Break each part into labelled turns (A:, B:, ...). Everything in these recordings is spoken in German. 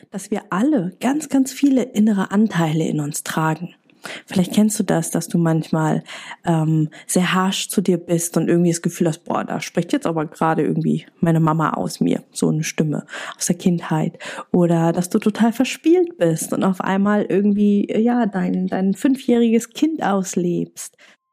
A: dass wir alle ganz, ganz viele innere Anteile in uns tragen. Vielleicht kennst du das, dass du manchmal sehr harsh zu dir bist und irgendwie das Gefühl hast, boah, da spricht jetzt aber gerade irgendwie meine Mama aus mir, so eine Stimme aus der Kindheit. Oder dass du total verspielt bist und auf einmal irgendwie dein 5-jähriges Kind auslebst.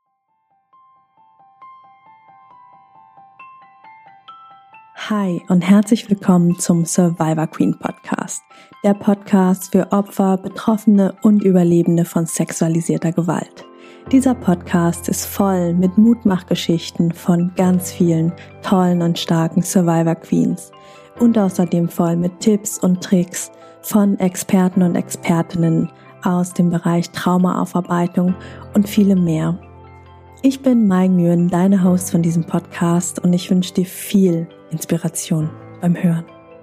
A: Hi und herzlich willkommen zum Survivor Queen Podcast, der Podcast für Opfer, Betroffene und Überlebende von sexualisierter Gewalt. Dieser Podcast ist voll mit Mutmachgeschichten von ganz vielen tollen und starken Survivor Queens und außerdem voll mit Tipps und Tricks von Experten und Expertinnen aus dem Bereich Traumaaufarbeitung und vielem mehr. Ich bin Mai Nguyen, deine Host von diesem Podcast und ich wünsche dir viel Inspiration beim Hören.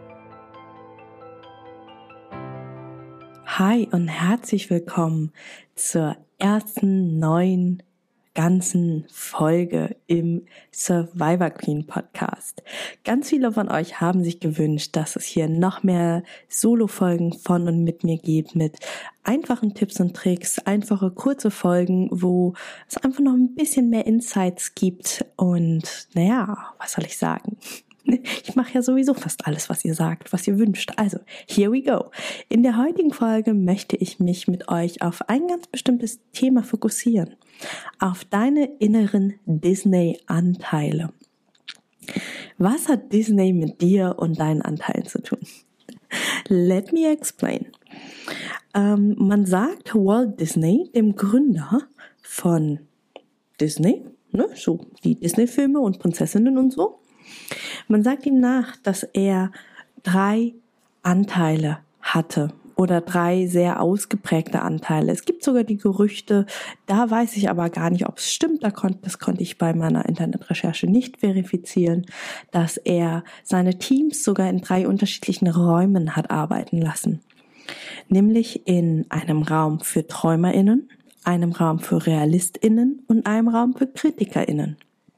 A: Hi und herzlich willkommen zur ersten neuen ganzen Folge im Survivor Queen Podcast. Ganz viele von euch haben sich gewünscht, dass es hier noch mehr Solo-Folgen von und mit mir gibt, mit einfachen Tipps und Tricks, einfache kurze Folgen, wo es einfach noch ein bisschen mehr Insights gibt und was soll ich sagen? Ich mache ja sowieso fast alles, was ihr sagt, was ihr wünscht. Also, here we go. In der heutigen Folge möchte ich mich mit euch auf ein ganz bestimmtes Thema fokussieren. Auf deine inneren Disney-Anteile. Was hat Disney mit dir und deinen Anteilen zu tun? Let me explain. Man sagt Walt Disney, dem Gründer von Disney, so die Disney-Filme und Prinzessinnen und so, man sagt ihm nach, dass er 3 Anteile hatte oder 3 sehr ausgeprägte Anteile. Es gibt sogar die Gerüchte, da weiß ich aber gar nicht, ob es stimmt, das konnte ich bei meiner Internetrecherche nicht verifizieren, dass er seine Teams sogar in 3 unterschiedlichen Räumen hat arbeiten lassen. Nämlich in einem Raum für TräumerInnen, einem Raum für RealistInnen und einem Raum für KritikerInnen.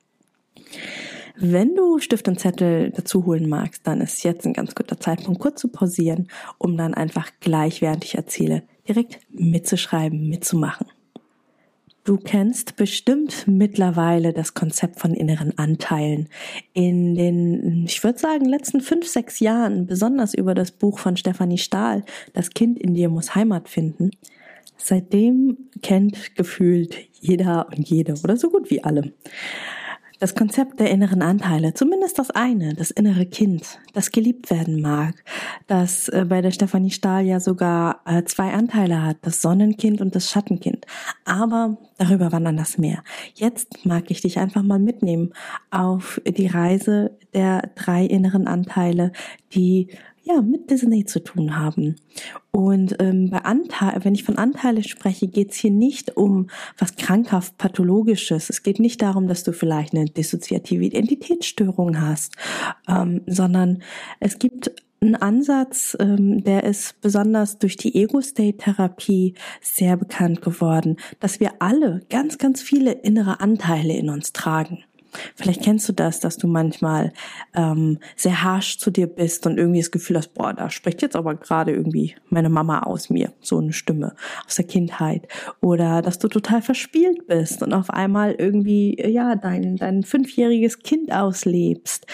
A: Wenn du Stift und Zettel dazu holen magst, dann ist jetzt ein ganz guter Zeitpunkt, kurz zu pausieren, um dann einfach gleich, während ich erzähle, direkt mitzuschreiben, mitzumachen. Du kennst bestimmt mittlerweile das Konzept von inneren Anteilen. In den, ich würde sagen, letzten 5-6 Jahren, besonders über das Buch von Stefanie Stahl, Das Kind in dir muss Heimat finden. Seitdem kennt gefühlt jeder und jede oder so gut wie alle das Konzept der inneren Anteile, zumindest das eine, das innere Kind, das geliebt werden mag, das bei der Stefanie Stahl ja sogar 2 Anteile hat, das Sonnenkind und das Schattenkind. Aber darüber wandern das mehr. Jetzt mag ich dich einfach mal mitnehmen auf die Reise der 3 inneren Anteile, die mit Disney zu tun haben. Und wenn ich von Anteile spreche, geht es hier nicht um was krankhaft Pathologisches. Es geht nicht darum, dass du vielleicht eine dissoziative Identitätsstörung hast, sondern es gibt einen Ansatz, der ist besonders durch die Ego-State-Therapie sehr bekannt geworden, dass wir alle ganz, ganz viele innere Anteile in uns tragen. Vielleicht kennst du das, dass du manchmal sehr harsh zu dir bist und irgendwie das Gefühl hast, boah, da spricht jetzt aber gerade irgendwie meine Mama aus mir, so eine Stimme aus der Kindheit. Oder dass du total verspielt bist und auf einmal irgendwie dein 5-jähriges Kind auslebst.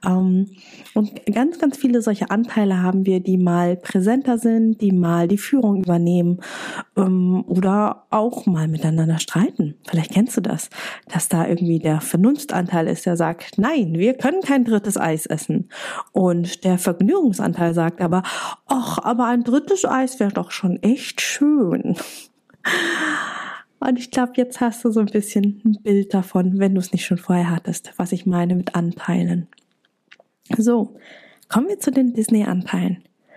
A: Und ganz, ganz viele solche Anteile haben wir, die mal präsenter sind, die mal die Führung übernehmen oder auch mal miteinander streiten. Vielleicht kennst du das, dass da irgendwie der Vernunftanteil ist, der sagt, nein, wir können kein 3. Eis essen. Und der Vergnügungsanteil sagt aber, aber ein 3. Eis wäre doch schon echt schön. Und ich glaube, jetzt hast du so ein bisschen ein Bild davon, wenn du es nicht schon vorher hattest, was ich meine mit Anteilen. So, kommen wir zu den Disney-Anteilen.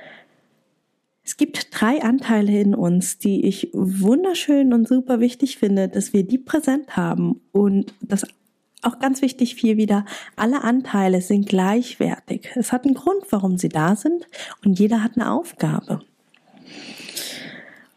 A: Es gibt 3 Anteile in uns, die ich wunderschön und super wichtig finde, dass wir die präsent haben. Und das auch ganz wichtig hier wieder, alle Anteile sind gleichwertig. Es hat einen Grund, warum sie da sind und jeder hat eine Aufgabe.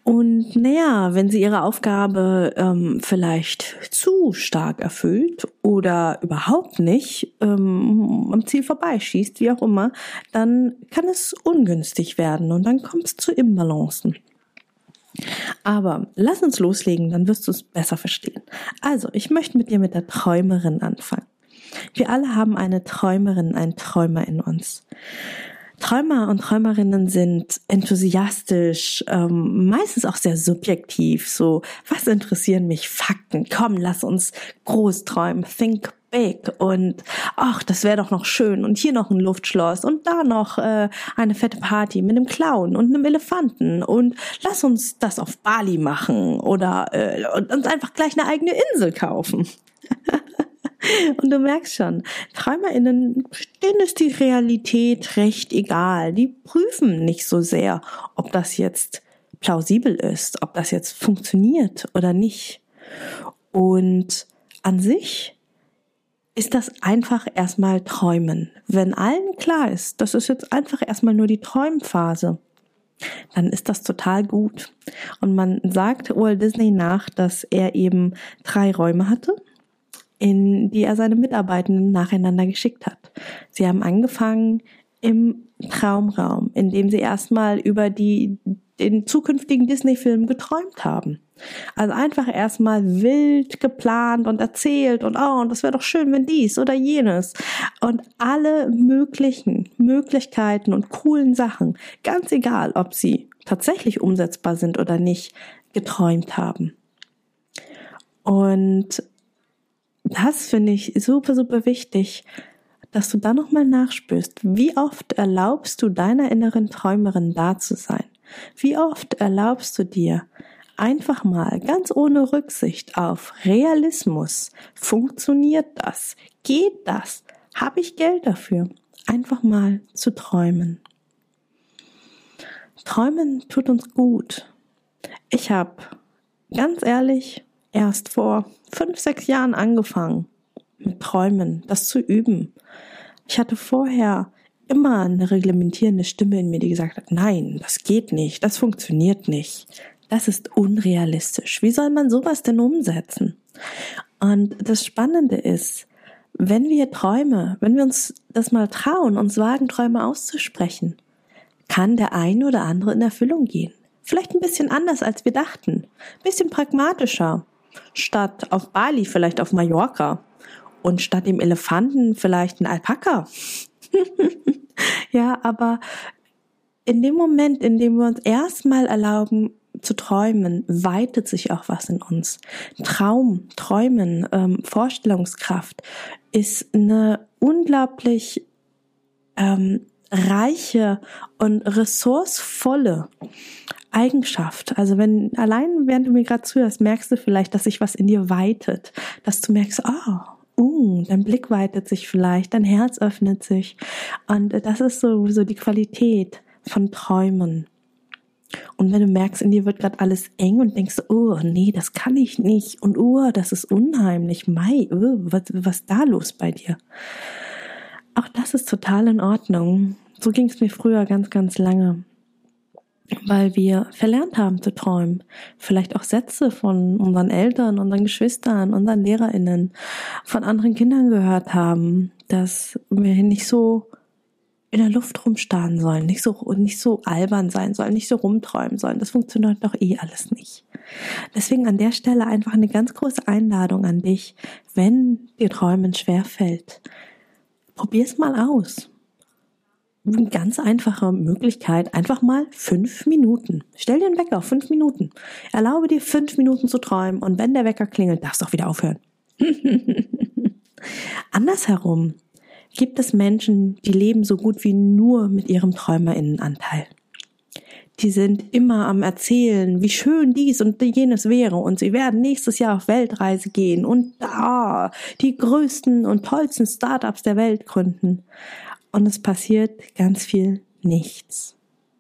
A: Und naja, wenn sie ihre Aufgabe vielleicht zu stark erfüllt oder überhaupt nicht am Ziel vorbeischießt, wie auch immer, dann kann es ungünstig werden und dann kommt es zu Imbalancen. Aber lass uns loslegen, dann wirst du es besser verstehen. Also, ich möchte mit dir mit der Träumerin anfangen. Wir alle haben eine Träumerin, einen Träumer in uns. Träumer und Träumerinnen sind enthusiastisch, meistens auch sehr subjektiv, so, was interessieren mich Fakten? Komm, lass uns groß träumen, think big und ach, das wäre doch noch schön und hier noch ein Luftschloss und da noch eine fette Party mit einem Clown und einem Elefanten und lass uns das auf Bali machen oder uns einfach gleich eine eigene Insel kaufen. Und du merkst schon, TräumerInnen, denen ist die Realität recht egal. Die prüfen nicht so sehr, ob das jetzt plausibel ist, ob das jetzt funktioniert oder nicht. Und an sich ist das einfach erstmal Träumen. Wenn allen klar ist, das ist jetzt einfach erstmal nur die Träumphase, dann ist das total gut. Und man sagt Walt Disney nach, dass er eben 3 Räume hatte, in die er seine Mitarbeitenden nacheinander geschickt hat. Sie haben angefangen im Traumraum, in dem sie erstmal über den zukünftigen Disney-Film geträumt haben. Also einfach erstmal wild geplant und erzählt und und das wäre doch schön, wenn dies oder jenes. Und alle möglichen Möglichkeiten und coolen Sachen, ganz egal, ob sie tatsächlich umsetzbar sind oder nicht, geträumt haben. Und das finde ich super, super wichtig, dass du da nochmal nachspürst. Wie oft erlaubst du deiner inneren Träumerin da zu sein? Wie oft erlaubst du dir einfach mal, ganz ohne Rücksicht auf Realismus, funktioniert das? Geht das? Habe ich Geld dafür? Einfach mal zu träumen. Träumen tut uns gut. Ich habe, ganz ehrlich, erst vor 5-6 Jahren angefangen mit Träumen, das zu üben. Ich hatte vorher immer eine reglementierende Stimme in mir, die gesagt hat, nein, das geht nicht, das funktioniert nicht, das ist unrealistisch. Wie soll man sowas denn umsetzen? Und das Spannende ist, wenn wir uns das mal trauen, uns wagen, Träume auszusprechen, kann der ein oder andere in Erfüllung gehen. Vielleicht ein bisschen anders, als wir dachten, ein bisschen pragmatischer. Statt auf Bali vielleicht auf Mallorca und statt dem Elefanten vielleicht ein Alpaka. Ja, aber in dem Moment, in dem wir uns erstmal erlauben zu träumen, weitet sich auch was in uns. Träumen, Vorstellungskraft ist eine unglaublich reiche und ressourcevolle Eigenschaft. Also während du mir gerade zuhörst, merkst du vielleicht, dass sich was in dir weitet, dass du merkst, dein Blick weitet sich vielleicht, dein Herz öffnet sich und das ist so die Qualität von Träumen. Und wenn du merkst, in dir wird gerade alles eng und denkst, oh nee, das kann ich nicht und das ist unheimlich, was ist da los bei dir? Auch das ist total in Ordnung. So ging es mir früher ganz, ganz lange. Weil wir verlernt haben zu träumen. Vielleicht auch Sätze von unseren Eltern, unseren Geschwistern, unseren LehrerInnen, von anderen Kindern gehört haben, dass wir nicht so in der Luft rumstarren sollen, nicht so albern sein sollen, nicht so rumträumen sollen. Das funktioniert doch alles nicht. Deswegen an der Stelle einfach eine ganz große Einladung an dich, wenn dir Träumen schwerfällt. Probier's mal aus. Eine ganz einfache Möglichkeit, einfach mal 5 Minuten. Stell dir einen Wecker auf 5 Minuten. Erlaube dir 5 Minuten zu träumen und wenn der Wecker klingelt, darfst du auch wieder aufhören. Andersherum gibt es Menschen, die leben so gut wie nur mit ihrem TräumerInnenanteil. Die sind immer am Erzählen, wie schön dies und jenes wäre und sie werden nächstes Jahr auf Weltreise gehen und die größten und tollsten Startups der Welt gründen. Und es passiert ganz viel nichts,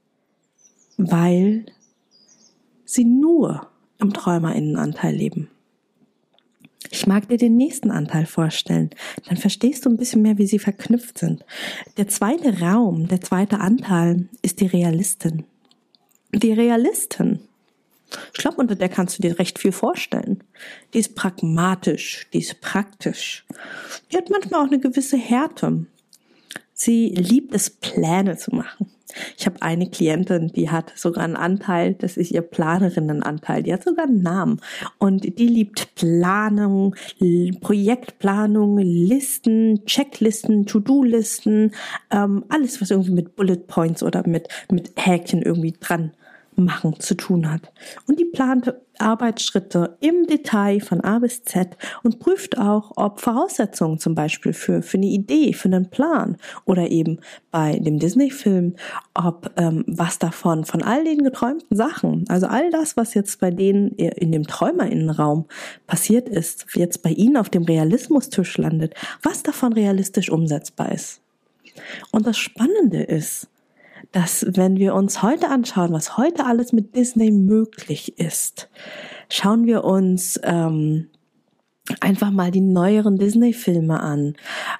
A: weil sie nur im TräumerInnenanteil leben. Ich mag dir den nächsten Anteil vorstellen, dann verstehst du ein bisschen mehr, wie sie verknüpft sind. Der zweite Anteil ist die Realistin. Die Realistin Ich glaube, unter der kannst du dir recht viel vorstellen. Die ist pragmatisch, die ist praktisch. Die hat manchmal auch eine gewisse Härte. Sie liebt es, Pläne zu machen. Ich habe eine Klientin, die hat sogar einen Anteil, das ist ihr Planerinnenanteil, die hat sogar einen Namen. Und die liebt Planung, Projektplanung, Listen, Checklisten, To-Do-Listen, alles, was irgendwie mit Bullet Points oder mit Häkchen irgendwie dran machen zu tun hat. Und die plant Arbeitsschritte im Detail von A bis Z und prüft auch, ob Voraussetzungen zum Beispiel für eine Idee, für einen Plan oder eben bei dem Disney-Film, ob was davon, von all den geträumten Sachen, also all das, was jetzt bei denen in dem TräumerInnenraum passiert ist, jetzt bei ihnen auf dem Realismustisch landet, was davon realistisch umsetzbar ist. Und das Spannende ist, dass wenn wir uns heute anschauen, was heute alles mit Disney möglich ist, schauen wir uns einfach mal die neueren Disney-Filme an.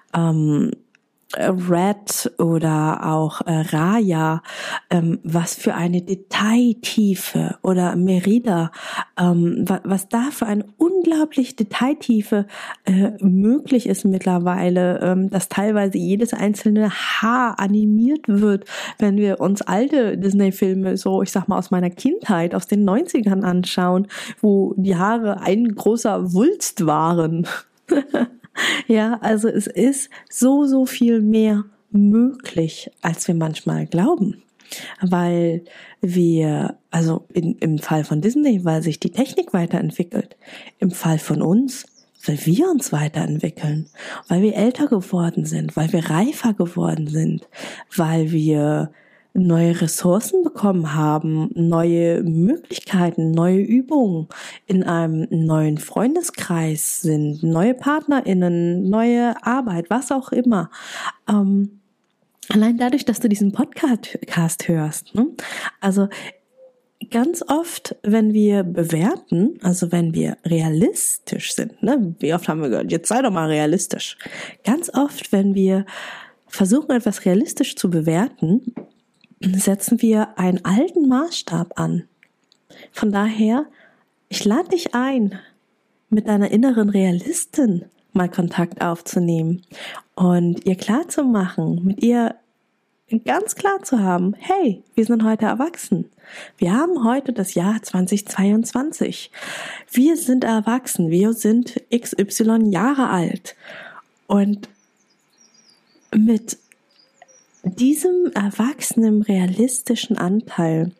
A: Red oder auch Raya, was für eine Detailtiefe, oder Merida, was da für eine unglaublich Detailtiefe möglich ist mittlerweile, dass teilweise jedes einzelne Haar animiert wird, wenn wir uns alte Disney-Filme, so ich sag mal aus meiner Kindheit, aus den 90ern anschauen, wo die Haare ein großer Wulst waren. Ja, also es ist so viel mehr möglich, als wir manchmal glauben. Weil wir, also im Fall von Disney, weil sich die Technik weiterentwickelt. Im Fall von uns, weil wir uns weiterentwickeln. Weil wir älter geworden sind, weil wir reifer geworden sind, weil wir neue Ressourcen bekommen haben, neue Möglichkeiten, neue Übungen, in einem neuen Freundeskreis sind, neue PartnerInnen, neue Arbeit, was auch immer. Allein dadurch, dass du diesen Podcast hörst, ne? Also ganz oft, wenn wir bewerten, also wenn wir realistisch sind, ne? Wie oft haben wir gehört, jetzt sei doch mal realistisch. Ganz oft, wenn wir versuchen, etwas realistisch zu bewerten, setzen wir einen alten Maßstab an. Von daher, ich lade dich ein, mit deiner inneren Realistin mal Kontakt aufzunehmen und ihr klar zu machen, mit ihr ganz klar zu haben, hey, wir sind heute erwachsen. Wir haben heute das Jahr 2022. Wir sind erwachsen, wir sind XY Jahre alt. Und mit diesem erwachsenen, realistischen Anteil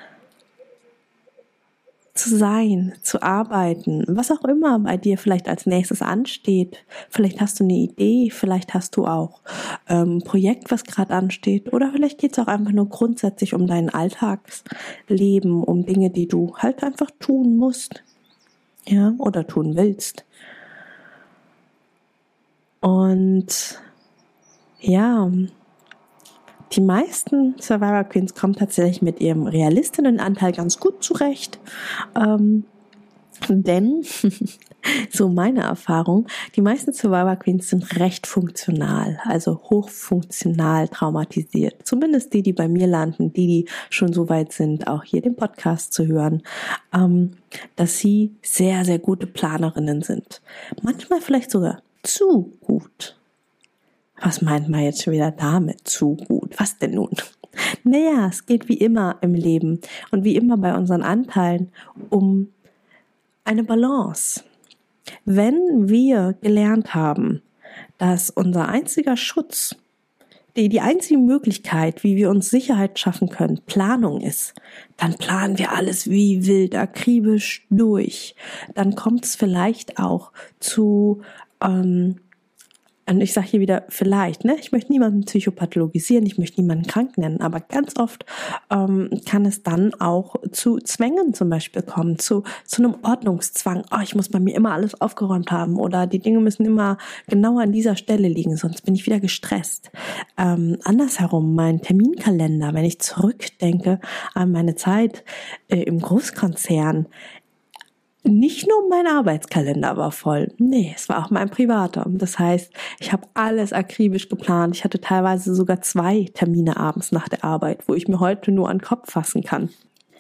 A: zu sein, zu arbeiten, was auch immer bei dir vielleicht als nächstes ansteht. Vielleicht hast du eine Idee, vielleicht hast du auch ein Projekt, was gerade ansteht, oder vielleicht geht es auch einfach nur grundsätzlich um dein Alltagsleben, um Dinge, die du halt einfach tun musst, ja, oder tun willst. Und ja, die meisten Survivor Queens kommen tatsächlich mit ihrem Realistinnenanteil ganz gut zurecht, denn, so meine Erfahrung, die meisten Survivor Queens sind recht funktional, also hochfunktional traumatisiert. Zumindest die bei mir landen, die schon so weit sind, auch hier den Podcast zu hören, dass sie sehr, sehr gute Planerinnen sind. Manchmal vielleicht sogar zu gut. Was meint man jetzt schon wieder damit, zu gut? Was denn nun? Naja, es geht wie immer im Leben und wie immer bei unseren Anteilen um eine Balance. Wenn wir gelernt haben, dass unser einziger Schutz, die einzige Möglichkeit, wie wir uns Sicherheit schaffen können, Planung ist, dann planen wir alles wie wild, akribisch durch. Dann kommt es vielleicht auch zu und ich sage hier wieder vielleicht, ne? Ich möchte niemanden psychopathologisieren, ich möchte niemanden krank nennen, aber ganz oft kann es dann auch zu Zwängen zum Beispiel kommen, zu einem Ordnungszwang. Oh, ich muss bei mir immer alles aufgeräumt haben oder die Dinge müssen immer genau an dieser Stelle liegen, sonst bin ich wieder gestresst. Andersherum, mein Terminkalender, wenn ich zurückdenke an meine Zeit im Großkonzern, nicht nur mein Arbeitskalender war voll, nee, es war auch mein privater. Das heißt, ich habe alles akribisch geplant. Ich hatte teilweise sogar 2 Termine abends nach der Arbeit, wo ich mir heute nur an den Kopf fassen kann.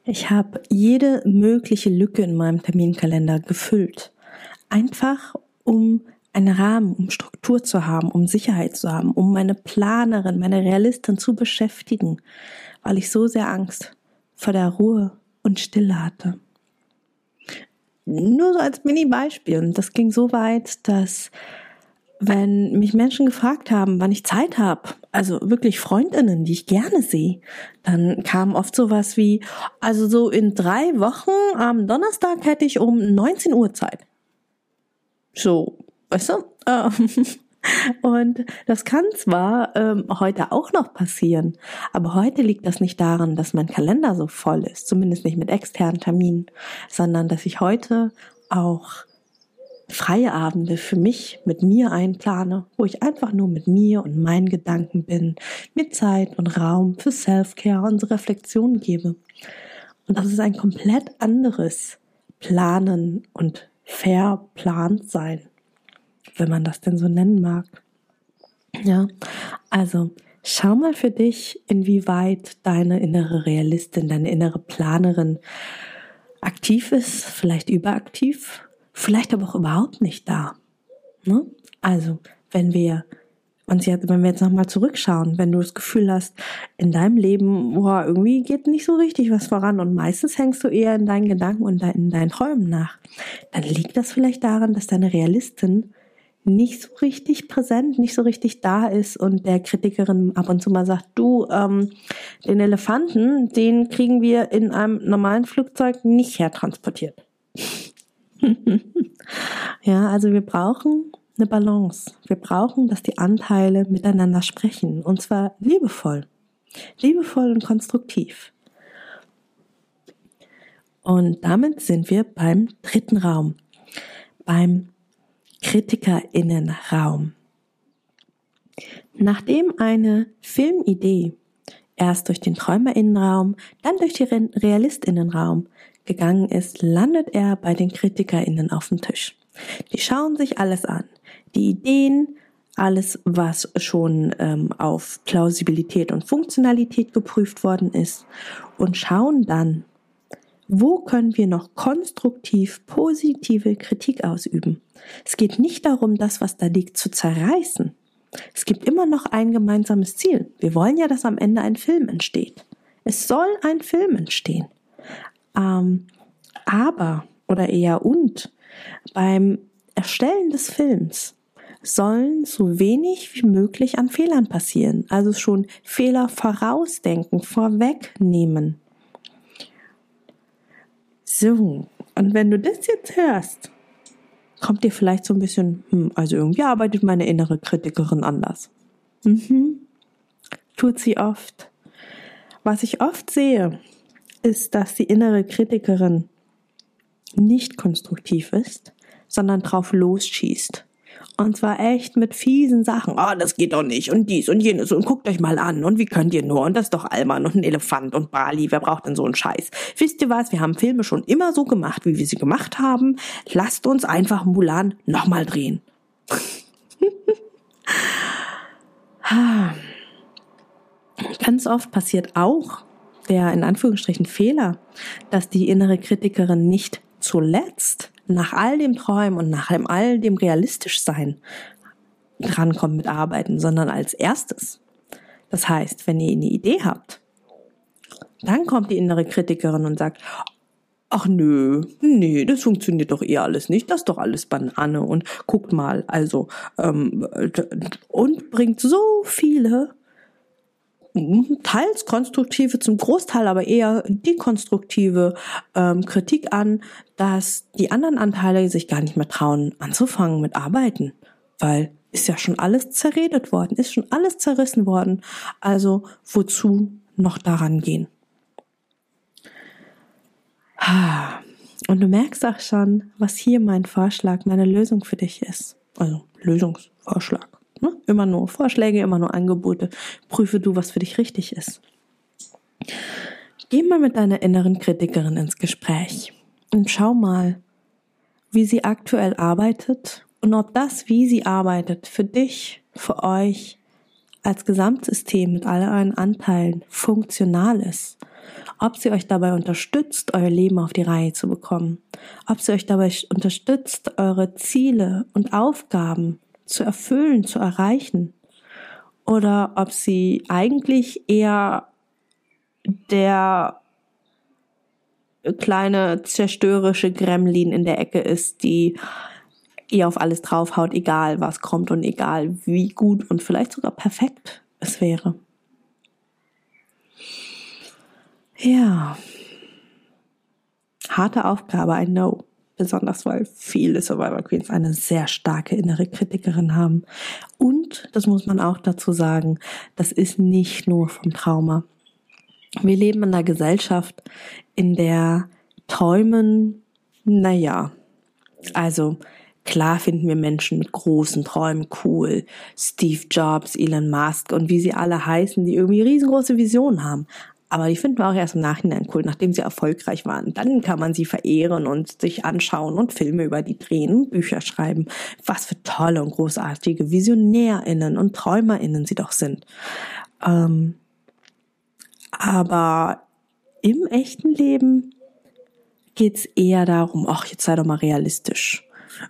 A: Ich habe jede mögliche Lücke in meinem Terminkalender gefüllt. Einfach um einen Rahmen, um Struktur zu haben, um Sicherheit zu haben, um meine Planerin, meine Realistin zu beschäftigen, weil ich so sehr Angst vor der Ruhe und Stille hatte. Nur so als Mini-Beispiel. Und das ging so weit, dass wenn mich Menschen gefragt haben, wann ich Zeit habe, also wirklich Freundinnen, die ich gerne sehe, dann kam oft sowas wie, also so in 3 Wochen am Donnerstag hätte ich um 19 Uhr Zeit. So, weißt du? Und das kann zwar heute auch noch passieren, aber heute liegt das nicht daran, dass mein Kalender so voll ist, zumindest nicht mit externen Terminen, sondern dass ich heute auch freie Abende für mich, mit mir einplane, wo ich einfach nur mit mir und meinen Gedanken bin, mir Zeit und Raum für Self-Care und Reflexion gebe. Und das ist ein komplett anderes Planen und verplant sein, wenn man das denn so nennen mag. Ja, also schau mal für dich, inwieweit deine innere Realistin, deine innere Planerin aktiv ist, vielleicht überaktiv, vielleicht aber auch überhaupt nicht da. Ne? Also, wenn wir jetzt nochmal zurückschauen, wenn du das Gefühl hast, in deinem Leben, irgendwie geht nicht so richtig was voran und meistens hängst du eher in deinen Gedanken und in deinen Träumen nach, dann liegt das vielleicht daran, dass deine Realistin nicht so richtig präsent, nicht so richtig da ist und der Kritikerin ab und zu mal sagt, du, den Elefanten, den kriegen wir in einem normalen Flugzeug nicht hertransportiert. Ja, also wir brauchen eine Balance. Wir brauchen, dass die Anteile miteinander sprechen. Und zwar liebevoll. Liebevoll und konstruktiv. Und damit sind wir beim 3. Raum. Beim KritikerInnenraum. Nachdem eine Filmidee erst durch den TräumerInnenraum, dann durch den RealistInnenraum gegangen ist, landet er bei den KritikerInnen auf dem Tisch. Die schauen sich alles an. Die Ideen, alles, was schon auf Plausibilität und Funktionalität geprüft worden ist und schauen dann, wo können wir noch konstruktiv positive Kritik ausüben. Es geht nicht darum, das, was da liegt, zu zerreißen. Es gibt immer noch ein gemeinsames Ziel. Wir wollen ja, dass am Ende ein Film entsteht. Es soll ein Film entstehen. Beim Erstellen des Films sollen so wenig wie möglich an Fehlern passieren. Also schon Fehler vorausdenken, vorwegnehmen. So, und wenn du das jetzt hörst, kommt dir vielleicht so ein bisschen, also irgendwie arbeitet meine innere Kritikerin anders. Tut sie oft. Was ich oft sehe, ist, dass die innere Kritikerin nicht konstruktiv ist, sondern drauf losschießt. Und zwar echt mit fiesen Sachen. Das geht doch nicht und dies und jenes und guckt euch mal an und wie könnt ihr nur und das ist doch Alman und ein Elefant und Bali, wer braucht denn so einen Scheiß? Wisst ihr was, wir haben Filme schon immer so gemacht, wie wir sie gemacht haben. Lasst uns einfach Mulan nochmal drehen. Ganz oft passiert auch der in Anführungsstrichen Fehler, dass die innere Kritikerin nicht zuletzt nach all dem Träumen und nach all dem Realistischsein drankommt mit Arbeiten, sondern als erstes. Das heißt, wenn ihr eine Idee habt, dann kommt die innere Kritikerin und sagt, ach nee, das funktioniert doch alles nicht, das ist doch alles Banane und guckt mal, also und bringt so viele teils konstruktive, zum Großteil aber eher dekonstruktive Kritik an, dass die anderen Anteile sich gar nicht mehr trauen, anzufangen mit Arbeiten, weil ist ja schon alles zerredet worden, ist schon alles zerrissen worden, also wozu noch daran gehen? Und du merkst auch schon, was hier mein Vorschlag, meine Lösung für dich ist. Also Lösungsvorschlag. Ne? Immer nur Vorschläge, immer nur Angebote. Prüfe du, was für dich richtig ist. Geh mal mit deiner inneren Kritikerin ins Gespräch und schau mal, wie sie aktuell arbeitet und ob das, wie sie arbeitet, für dich, für euch als Gesamtsystem mit all euren Anteilen funktional ist. Ob sie euch dabei unterstützt, euer Leben auf die Reihe zu bekommen. Ob sie euch dabei unterstützt, eure Ziele und Aufgaben zu erfüllen, zu erreichen. Oder ob sie eigentlich eher der kleine zerstörerische Gremlin in der Ecke ist, die ihr auf alles draufhaut, egal was kommt und egal wie gut und vielleicht sogar perfekt es wäre. Ja, harte Aufgabe, I know. Besonders weil viele Survivor Queens eine sehr starke innere Kritikerin haben. Und, das muss man auch dazu sagen, das ist nicht nur vom Trauma. Wir leben in einer Gesellschaft, in der Träumen, also klar finden wir Menschen mit großen Träumen cool. Steve Jobs, Elon Musk und wie sie alle heißen, die irgendwie riesengroße Visionen haben. Aber die finden wir auch erst im Nachhinein cool, nachdem sie erfolgreich waren. Dann kann man sie verehren und sich anschauen und Filme über die drehen und Bücher schreiben. Was für tolle und großartige VisionärInnen und TräumerInnen sie doch sind. Aber im echten Leben geht's eher darum, ach, jetzt sei doch mal realistisch.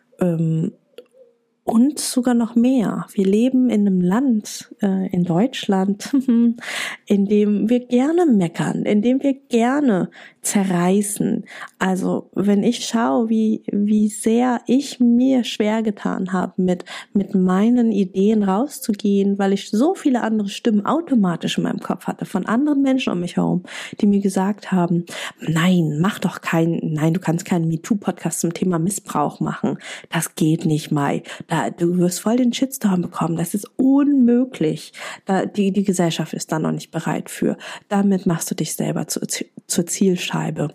A: Und sogar noch mehr. Wir leben in einem Land, in Deutschland, in dem wir gerne meckern, in dem wir gerne zerreißen. Also wenn ich schaue, wie sehr ich mir schwer getan habe, mit meinen Ideen rauszugehen, weil ich so viele andere Stimmen automatisch in meinem Kopf hatte, von anderen Menschen um mich herum, die mir gesagt haben, nein, du kannst keinen MeToo-Podcast zum Thema Missbrauch machen. Das geht nicht, Mai. Du wirst voll den Shitstorm bekommen. Das ist unmöglich. Die Gesellschaft ist da noch nicht bereit für. Damit machst du dich selber zur Zielscheibe.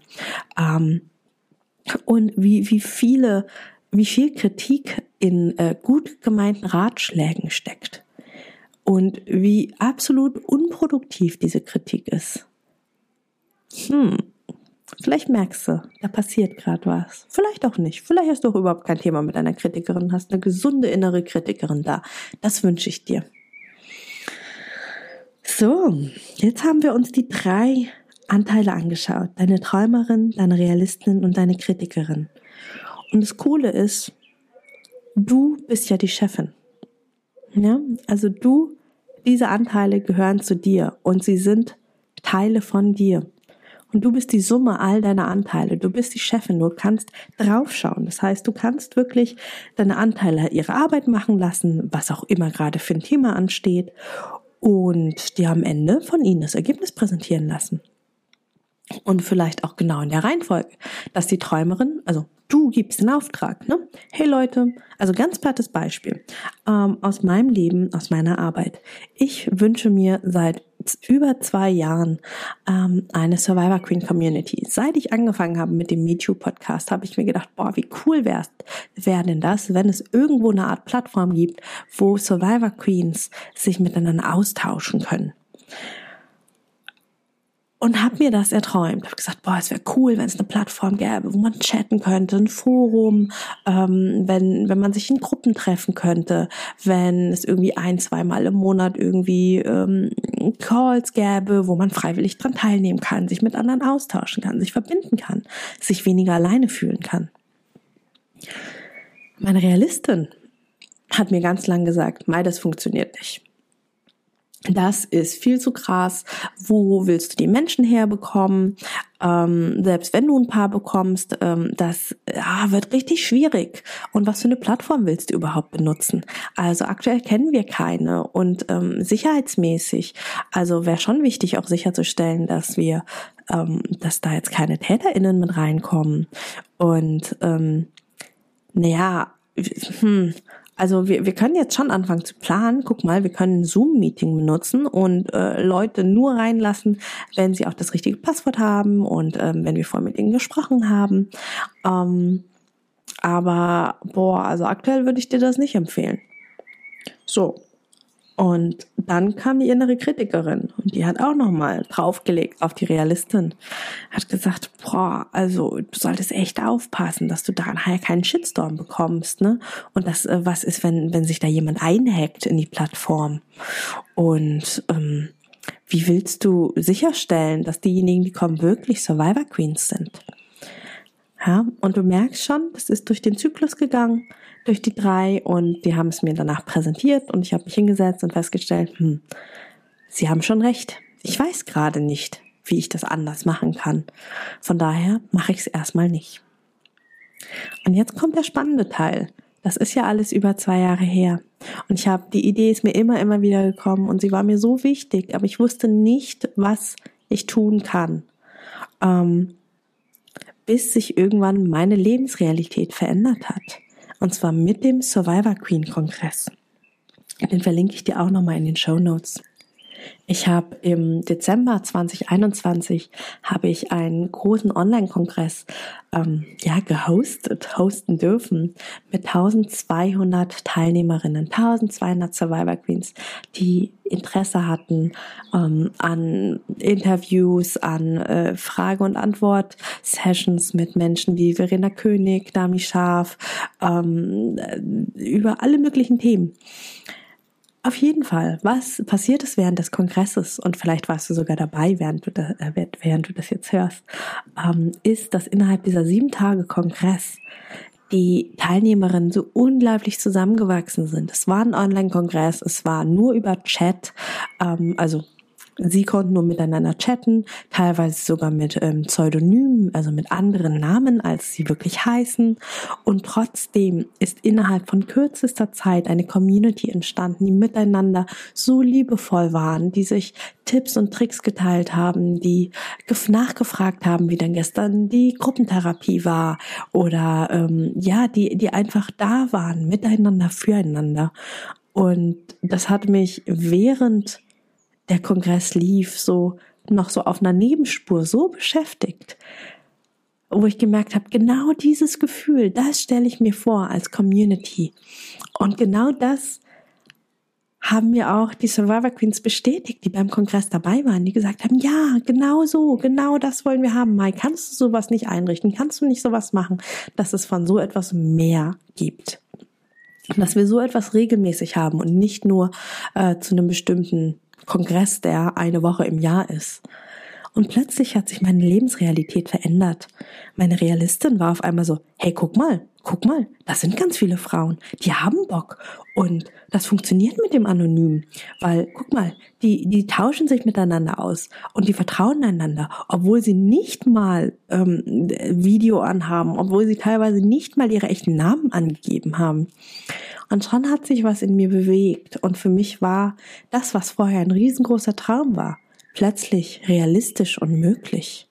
A: Und wie viel Kritik in gut gemeinten Ratschlägen steckt. Und wie absolut unproduktiv diese Kritik ist. Vielleicht merkst du, da passiert gerade was. Vielleicht auch nicht. Vielleicht hast du auch überhaupt kein Thema mit einer Kritikerin, hast eine gesunde innere Kritikerin da. Das wünsche ich dir. So, jetzt haben wir uns die 3 Anteile angeschaut. Deine Träumerin, deine Realistin und deine Kritikerin. Und das Coole ist, du bist ja die Chefin. Ja, also diese Anteile gehören zu dir und sie sind Teile von dir. Und du bist die Summe all deiner Anteile. Du bist die Chefin. Du kannst draufschauen. Das heißt, du kannst wirklich deine Anteile ihre Arbeit machen lassen, was auch immer gerade für ein Thema ansteht. Und dir am Ende von ihnen das Ergebnis präsentieren lassen. Und vielleicht auch genau in der Reihenfolge, dass die Träumerin, also du gibst den Auftrag, ne? Hey Leute, also ganz plattes Beispiel aus meinem Leben, aus meiner Arbeit. Ich wünsche mir seit über 2 Jahren eine Survivor Queen Community. Seit ich angefangen habe mit dem MeToo-Podcast, habe ich mir gedacht, wie cool wäre denn das, wenn es irgendwo eine Art Plattform gibt, wo Survivor Queens sich miteinander austauschen können. Und habe mir das erträumt. Habe gesagt, es wäre cool, wenn es eine Plattform gäbe, wo man chatten könnte, ein Forum, wenn man sich in Gruppen treffen könnte, wenn es irgendwie 1-2 Mal im Monat irgendwie Calls gäbe, wo man freiwillig dran teilnehmen kann, sich mit anderen austauschen kann, sich verbinden kann, sich weniger alleine fühlen kann. Meine Realistin hat mir ganz lang gesagt, Mai, das funktioniert nicht. Das ist viel zu krass. Wo willst du die Menschen herbekommen? Selbst wenn du ein paar bekommst, das wird richtig schwierig. Und was für eine Plattform willst du überhaupt benutzen? Also aktuell kennen wir keine. Und sicherheitsmäßig, also wäre schon wichtig, auch sicherzustellen, dass da jetzt keine TäterInnen mit reinkommen. Und also wir können jetzt schon anfangen zu planen. Guck mal, wir können ein Zoom-Meeting benutzen und Leute nur reinlassen, wenn sie auch das richtige Passwort haben und wenn wir vorher mit ihnen gesprochen haben. Aber also aktuell würde ich dir das nicht empfehlen. So, Und dann kam die innere Kritikerin und die hat auch nochmal draufgelegt auf die Realistin. Hat gesagt, also du solltest echt aufpassen, dass du da nachher keinen Shitstorm bekommst, ne? Und das, was ist, wenn sich da jemand einhackt in die Plattform? Und wie willst du sicherstellen, dass diejenigen, die kommen, wirklich Survivor Queens sind? Ja, und du merkst schon, das ist durch den Zyklus gegangen, durch die 3, und die haben es mir danach präsentiert und ich habe mich hingesetzt und festgestellt, sie haben schon recht. Ich weiß gerade nicht, wie ich das anders machen kann. Von daher mache ich es erstmal nicht. Und jetzt kommt der spannende Teil. Das ist ja alles über 2 Jahre her. Und die Idee ist mir immer wieder gekommen und sie war mir so wichtig, aber ich wusste nicht, was ich tun kann. Bis sich irgendwann meine Lebensrealität verändert hat. Und zwar mit dem Survivor Queen Kongress. Den verlinke ich dir auch nochmal in den Shownotes. Ich habe im Dezember 2021 einen großen Online-Kongress hosten dürfen mit 1200 Teilnehmerinnen, 1200 Survivor Queens, die Interesse hatten an Interviews, an Frage- und Antwort-Sessions mit Menschen wie Verena König, Dami Scharf, über alle möglichen Themen. Auf jeden Fall, was passiert ist während des Kongresses, und vielleicht warst du sogar dabei, während du das jetzt hörst, ist, dass innerhalb dieser 7 Tage Kongress die Teilnehmerinnen so unglaublich zusammengewachsen sind. Es war ein Online-Kongress, es war nur über Chat, sie konnten nur miteinander chatten, teilweise sogar mit Pseudonymen, also mit anderen Namen, als sie wirklich heißen. Und trotzdem ist innerhalb von kürzester Zeit eine Community entstanden, die miteinander so liebevoll waren, die sich Tipps und Tricks geteilt haben, die nachgefragt haben, wie denn gestern die Gruppentherapie war, oder die einfach da waren, miteinander, füreinander. Und das hat mich während der Kongress lief, noch so auf einer Nebenspur so beschäftigt, wo ich gemerkt habe, genau dieses Gefühl, das stelle ich mir vor als Community. Und genau das haben mir auch die Survivor Queens bestätigt, die beim Kongress dabei waren, die gesagt haben, ja, genau so, genau das wollen wir haben. Mai, kannst du sowas nicht einrichten? Kannst du nicht sowas machen, dass es von so etwas mehr gibt? Und dass wir so etwas regelmäßig haben und nicht nur zu einem bestimmten Kongress, der eine Woche im Jahr ist. Und plötzlich hat sich meine Lebensrealität verändert. Meine Realistin war auf einmal so, hey, guck mal, das sind ganz viele Frauen, die haben Bock. Und das funktioniert mit dem Anonym, weil, guck mal, die tauschen sich miteinander aus und die vertrauen einander, obwohl sie nicht mal Video anhaben, obwohl sie teilweise nicht mal ihre echten Namen angegeben haben. Und schon hat sich was in mir bewegt. Und für mich war das, was vorher ein riesengroßer Traum war, plötzlich realistisch und möglich.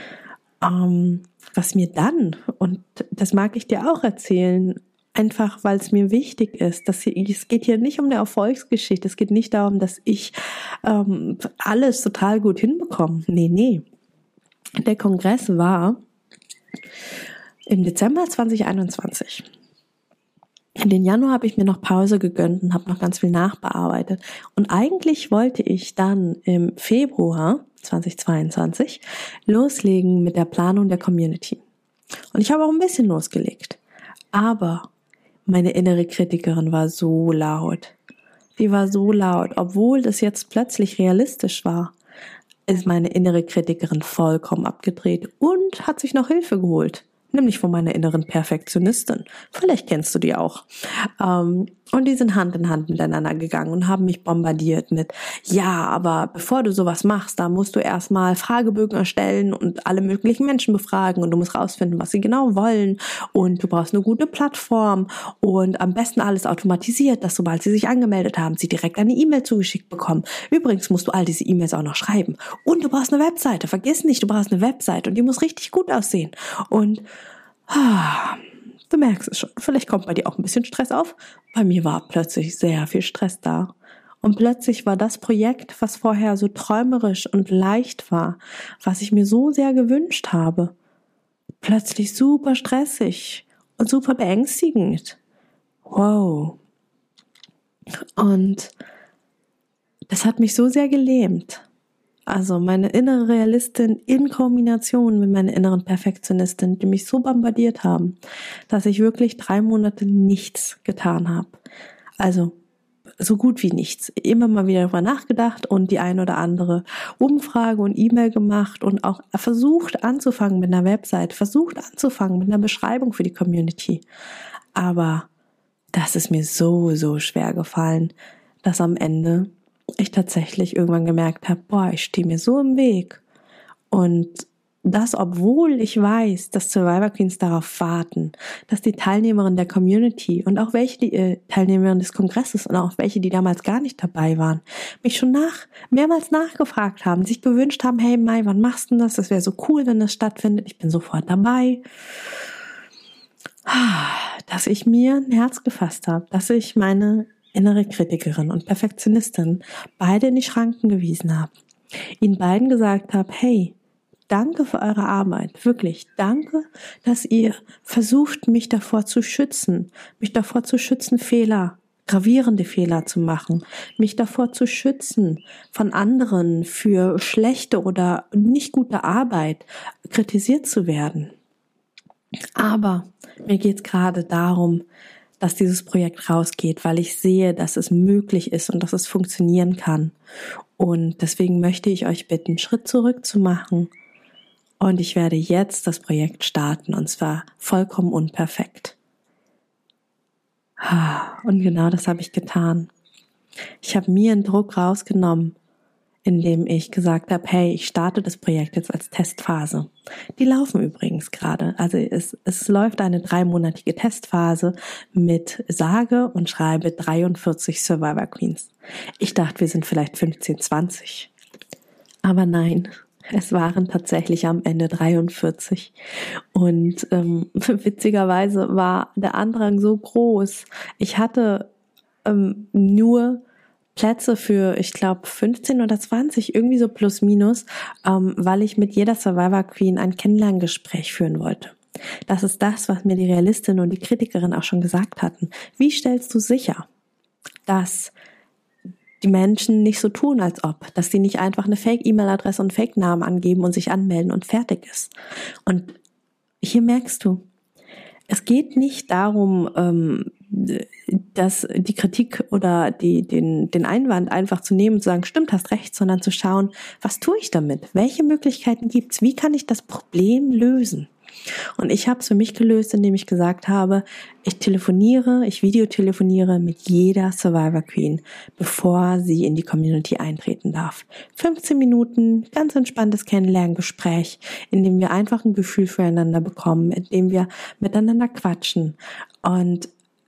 A: Was mir dann, und das mag ich dir auch erzählen, einfach weil es mir wichtig ist, es geht hier nicht um eine Erfolgsgeschichte, es geht nicht darum, dass ich alles total gut hinbekomme. Nee. Der Kongress war im Dezember 2021. In den Januar habe ich mir noch Pause gegönnt und habe noch ganz viel nachbearbeitet. Und eigentlich wollte ich dann im Februar 2022 loslegen mit der Planung der Community. Und ich habe auch ein bisschen losgelegt. Aber meine innere Kritikerin war so laut. Die war so laut, obwohl das jetzt plötzlich realistisch war, ist meine innere Kritikerin vollkommen abgedreht und hat sich noch Hilfe geholt. Nämlich von meiner inneren Perfektionistin. Vielleicht kennst du die auch. Und die sind Hand in Hand miteinander gegangen und haben mich bombardiert mit, ja, aber bevor du sowas machst, da musst du erstmal Fragebögen erstellen und alle möglichen Menschen befragen und du musst rausfinden, was sie genau wollen, und du brauchst eine gute Plattform und am besten alles automatisiert, dass sobald sie sich angemeldet haben, sie direkt eine E-Mail zugeschickt bekommen. Übrigens musst du all diese E-Mails auch noch schreiben. Und du brauchst eine Webseite. Vergiss nicht, du brauchst eine Webseite und die muss richtig gut aussehen. Und du merkst es schon, vielleicht kommt bei dir auch ein bisschen Stress auf. Bei mir war plötzlich sehr viel Stress da. Und plötzlich war das Projekt, was vorher so träumerisch und leicht war, was ich mir so sehr gewünscht habe, plötzlich super stressig und super beängstigend. Wow. Und das hat mich so sehr gelähmt. Also meine innere Realistin in Kombination mit meiner inneren Perfektionistin, die mich so bombardiert haben, dass ich wirklich 3 Monate nichts getan habe. Also so gut wie nichts. Immer mal wieder darüber nachgedacht und die ein oder andere Umfrage und E-Mail gemacht und auch versucht anzufangen mit einer Website, versucht anzufangen mit einer Beschreibung für die Community. Aber das ist mir so schwer gefallen, dass am Ende ich tatsächlich irgendwann gemerkt habe, ich stehe mir so im Weg. Und das, obwohl ich weiß, dass Survivor Queens darauf warten, dass die Teilnehmerinnen der Community und auch welche die Teilnehmerinnen des Kongresses und auch welche, die damals gar nicht dabei waren, mich schon mehrmals nachgefragt haben, sich gewünscht haben, hey Mai, wann machst du das? Das wäre so cool, wenn das stattfindet. Ich bin sofort dabei. Dass ich mir ein Herz gefasst habe, dass ich meine innere Kritikerin und Perfektionistin beide in die Schranken gewiesen habe. Ihnen beiden gesagt habe, hey, danke für eure Arbeit, wirklich, danke, dass ihr versucht, mich davor zu schützen, gravierende Fehler zu machen, mich davor zu schützen, von anderen für schlechte oder nicht gute Arbeit kritisiert zu werden. Aber mir geht es gerade darum, dass dieses Projekt rausgeht, weil ich sehe, dass es möglich ist und dass es funktionieren kann. Und deswegen möchte ich euch bitten, einen Schritt zurück zu machen. Und ich werde jetzt das Projekt starten, und zwar vollkommen unperfekt. Und genau das habe ich getan. Ich habe mir einen Druck rausgenommen, indem ich gesagt habe, hey, ich starte das Projekt jetzt als Testphase. Die laufen übrigens gerade. Also es läuft eine 3-monatige Testphase mit sage und schreibe 43 Survivor Queens. Ich dachte, wir sind vielleicht 15, 20. Aber nein, es waren tatsächlich am Ende 43. Und witzigerweise war der Andrang so groß. Ich hatte nur Plätze für, ich glaube, 15 oder 20, irgendwie so plus minus, weil ich mit jeder Survivor Queen ein Kennenlerngespräch führen wollte. Das ist das, was mir die Realistin und die Kritikerin auch schon gesagt hatten. Wie stellst du sicher, dass die Menschen nicht so tun, als ob, dass die nicht einfach eine Fake-E-Mail-Adresse und Fake-Namen angeben und sich anmelden und fertig ist? Und hier merkst du, es geht nicht darum, dass die Kritik oder den Einwand einfach zu nehmen und zu sagen, stimmt, hast recht, sondern zu schauen, was tue ich damit? Welche Möglichkeiten gibt's? Wie kann ich das Problem lösen? Und ich habe es für mich gelöst, indem ich gesagt habe, ich videotelefoniere mit jeder Survivor Queen, bevor sie in die Community eintreten darf. 15 Minuten, ganz entspanntes Kennenlerngespräch, in dem wir einfach ein Gefühl füreinander bekommen, in dem wir miteinander quatschen. Und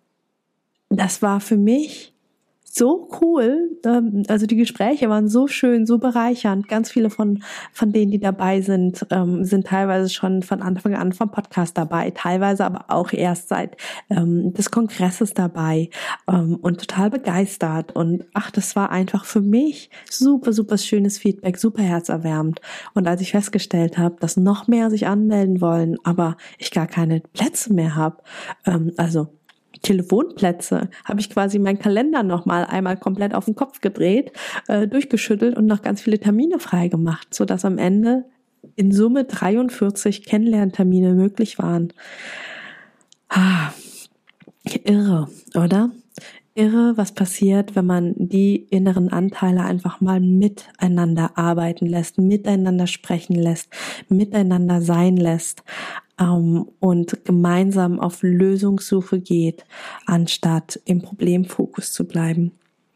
A: das war für mich so cool, also die Gespräche waren so schön, so bereichernd. Ganz viele von denen, die dabei sind, sind teilweise schon von Anfang an vom Podcast dabei, teilweise aber auch erst seit des Kongresses dabei und total begeistert. Und das war einfach für mich super schönes Feedback, super herzerwärmend. Und als ich festgestellt habe, dass noch mehr sich anmelden wollen, aber ich gar keine Plätze mehr habe, also Telefonplätze, habe ich quasi meinen Kalender nochmal einmal komplett auf den Kopf gedreht, durchgeschüttelt und noch ganz viele Termine frei gemacht, sodass am Ende in Summe 43 Kennenlerntermine möglich waren. Irre, oder? Irre, was passiert, wenn man die inneren Anteile einfach mal miteinander arbeiten lässt, miteinander sprechen lässt, miteinander sein lässt. Und gemeinsam auf Lösungssuche geht, anstatt im Problemfokus zu bleiben.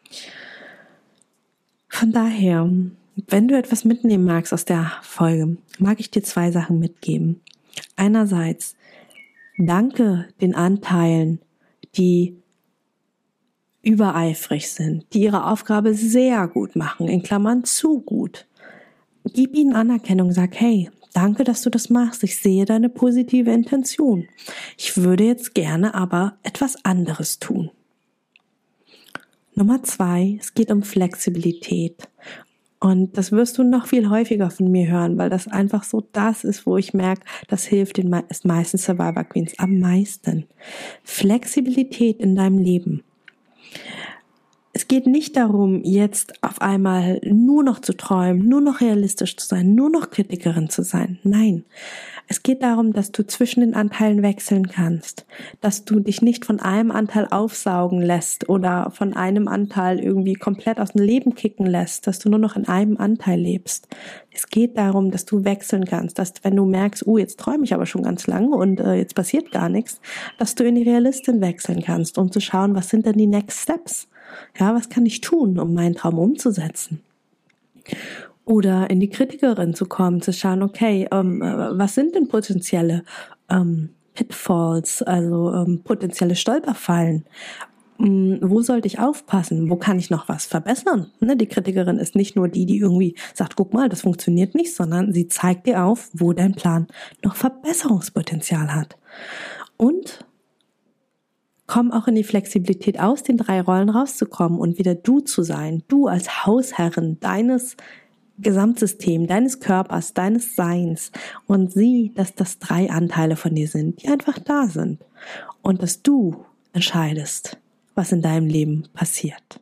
A: Von daher, wenn du etwas mitnehmen magst aus der Folge, mag ich dir 2 Sachen mitgeben. Einerseits, danke den Anteilen, die übereifrig sind, die ihre Aufgabe sehr gut machen, in Klammern zu gut. Gib ihnen Anerkennung, sag, hey, danke, dass du das machst. Ich sehe deine positive Intention. Ich würde jetzt gerne aber etwas anderes tun. Nummer 2, es geht um Flexibilität. Und das wirst du noch viel häufiger von mir hören, weil das einfach so das ist, wo ich merke, das hilft den meisten Survivor Queens am meisten. Flexibilität in deinem Leben. Es geht nicht darum, jetzt auf einmal nur noch zu träumen, nur noch realistisch zu sein, nur noch Kritikerin zu sein. Nein, es geht darum, dass du zwischen den Anteilen wechseln kannst, dass du dich nicht von einem Anteil aufsaugen lässt oder von einem Anteil irgendwie komplett aus dem Leben kicken lässt, dass du nur noch in einem Anteil lebst. Es geht darum, dass du wechseln kannst, dass wenn du merkst, jetzt träume ich aber schon ganz lange und jetzt passiert gar nichts, dass du in die Realistin wechseln kannst, um zu schauen, was sind denn die Next Steps? Ja, was kann ich tun, um meinen Traum umzusetzen? Oder in die Kritikerin zu kommen, zu schauen, okay, was sind denn potenzielle Pitfalls, also potenzielle Stolperfallen? Wo sollte ich aufpassen? Wo kann ich noch was verbessern? Ne, die Kritikerin ist nicht nur die irgendwie sagt, guck mal, das funktioniert nicht, sondern sie zeigt dir auf, wo dein Plan noch Verbesserungspotenzial hat. Und komm auch in die Flexibilität, aus den 3 Rollen rauszukommen und wieder du zu sein. Du als Hausherrin deines Gesamtsystems, deines Körpers, deines Seins. Und sieh, dass das 3 Anteile von dir sind, die einfach da sind. Und dass du entscheidest, was in deinem Leben passiert.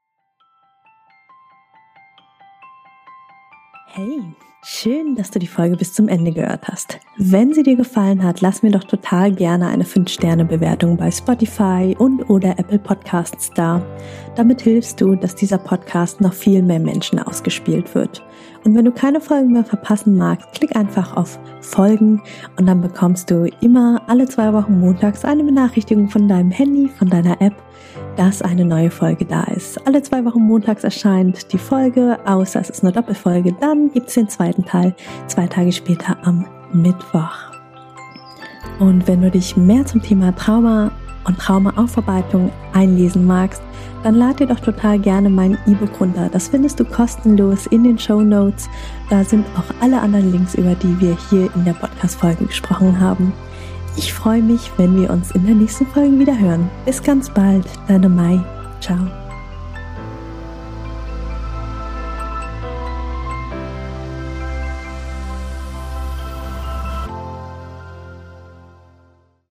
A: Hey, schön, dass du die Folge bis zum Ende gehört hast. Wenn sie dir gefallen hat, lass mir doch total gerne eine 5-Sterne-Bewertung bei Spotify und oder Apple Podcasts da. Damit hilfst du, dass dieser Podcast noch viel mehr Menschen ausgespielt wird. Und wenn du keine Folgen mehr verpassen magst, klick einfach auf Folgen und dann bekommst du immer alle 2 Wochen montags eine Benachrichtigung von deinem Handy, von deiner App, dass eine neue Folge da ist. Alle 2 Wochen montags erscheint die Folge, außer es ist eine Doppelfolge. Dann gibt es den 2. Teil 2 Tage später am Mittwoch. Und wenn du dich mehr zum Thema Trauma und Traumaaufarbeitung einlesen magst, dann lad dir doch total gerne mein E-Book runter. Das findest du kostenlos in den Shownotes. Da sind auch alle anderen Links, über die wir hier in der Podcast-Folge gesprochen haben. Ich freue mich, wenn wir uns in der nächsten Folge wieder hören. Bis ganz bald, deine Mai. Ciao.